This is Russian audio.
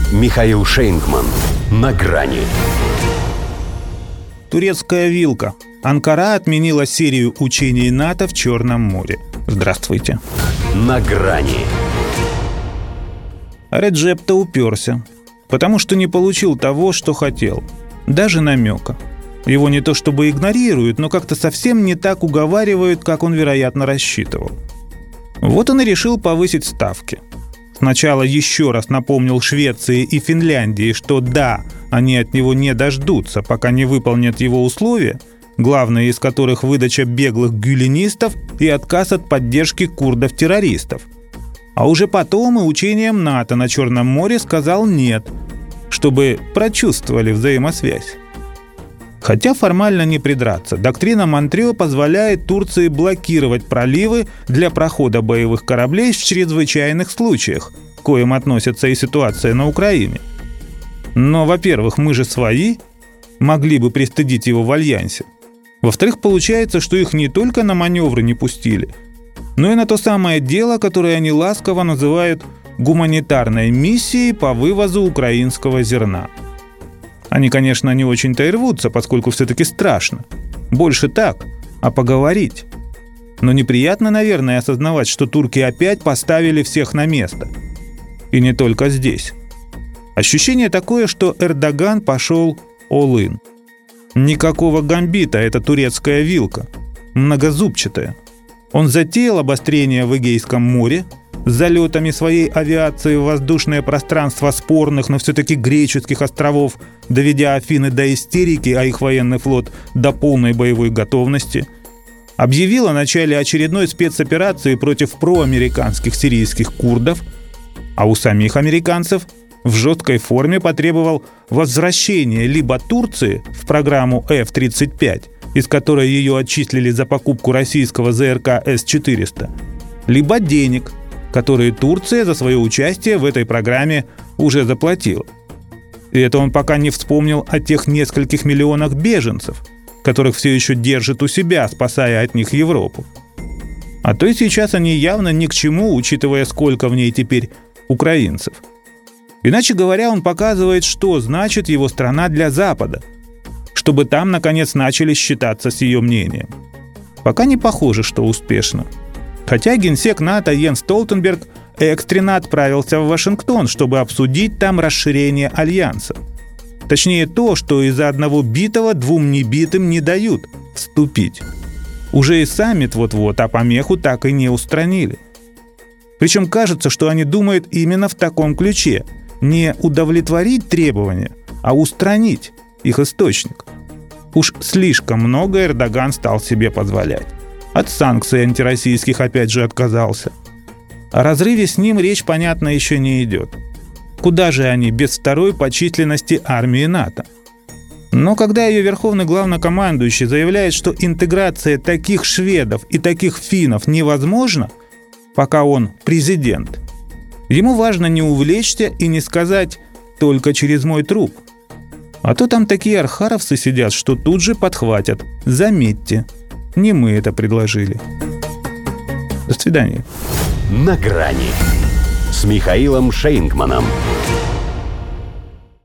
Михаил Шейнгман. На грани. Турецкая вилка. Анкара отменила серию учений НАТО в Черном море. Здравствуйте. На грани. Реджеп-то уперся, потому что не получил того, что хотел. Даже намека. Его не то чтобы игнорируют, но как-то совсем не так уговаривают, как он, вероятно, рассчитывал. Вот он и решил повысить ставки. Сначала еще раз напомнил Швеции и Финляндии, что да, они от него не дождутся, пока не выполнят его условия, главное из которых выдача беглых гюленистов и отказ от поддержки курдов-террористов. А уже потом и учениям НАТО на Черном море сказал «нет», чтобы прочувствовали взаимосвязь. Хотя формально не придраться, доктрина Монтрео позволяет Турции блокировать проливы для прохода боевых кораблей в чрезвычайных случаях, к коим относится и ситуация на Украине. Но, во-первых, мы же свои, могли бы пристыдить его в альянсе. Во-вторых, получается, что их не только на маневры не пустили, но и на то самое дело, которое они ласково называют гуманитарной миссией по вывозу украинского зерна. Они, конечно, не очень-то и рвутся, поскольку все-таки страшно. Больше так, а поговорить. Но неприятно, наверное, осознавать, что турки опять поставили всех на место. И не только здесь. Ощущение такое, что Эрдоган пошел all-in. Никакого гамбита, это турецкая вилка. Многозубчатая. Он затеял обострение в Эгейском море, с залетами своей авиации в воздушное пространство спорных, но все-таки греческих островов, доведя Афины до истерики, а их военный флот до полной боевой готовности, объявил о начале очередной спецоперации против проамериканских сирийских курдов, а у самих американцев в жесткой форме потребовал возвращения либо Турции в программу F-35, из которой ее отчислили за покупку российского ЗРК С-400, либо денег, которые Турция за свое участие в этой программе уже заплатила. И это он пока не вспомнил о тех нескольких миллионах беженцев, которых все еще держит у себя, спасая от них Европу. А то и сейчас они явно ни к чему, учитывая, сколько в ней теперь украинцев. Иначе говоря, он показывает, что значит его страна для Запада, чтобы там, наконец, начали считаться с ее мнением. Пока не похоже, что успешно. Хотя генсек НАТО Йенс Столтенберг экстренно отправился в Вашингтон, чтобы обсудить там расширение альянса. Точнее то, что из-за одного битого двум небитым не дают вступить. Уже и саммит вот-вот, а помеху так и не устранили. Причем кажется, что они думают именно в таком ключе. Не удовлетворить требования, а устранить их источник. Уж слишком много Эрдоган стал себе позволять. От санкций антироссийских опять же отказался. О разрыве с ним речь, понятно, еще не идет. Куда же они без второй по численности армии НАТО? Но когда ее верховный главнокомандующий заявляет, что интеграция таких шведов и таких финнов невозможна, пока он президент, ему важно не увлечься и не сказать «только через мой труп». А то там такие архаровцы сидят, что тут же подхватят. Заметьте. Не мы это предложили. До свидания. На грани с Михаилом Шейнгманом.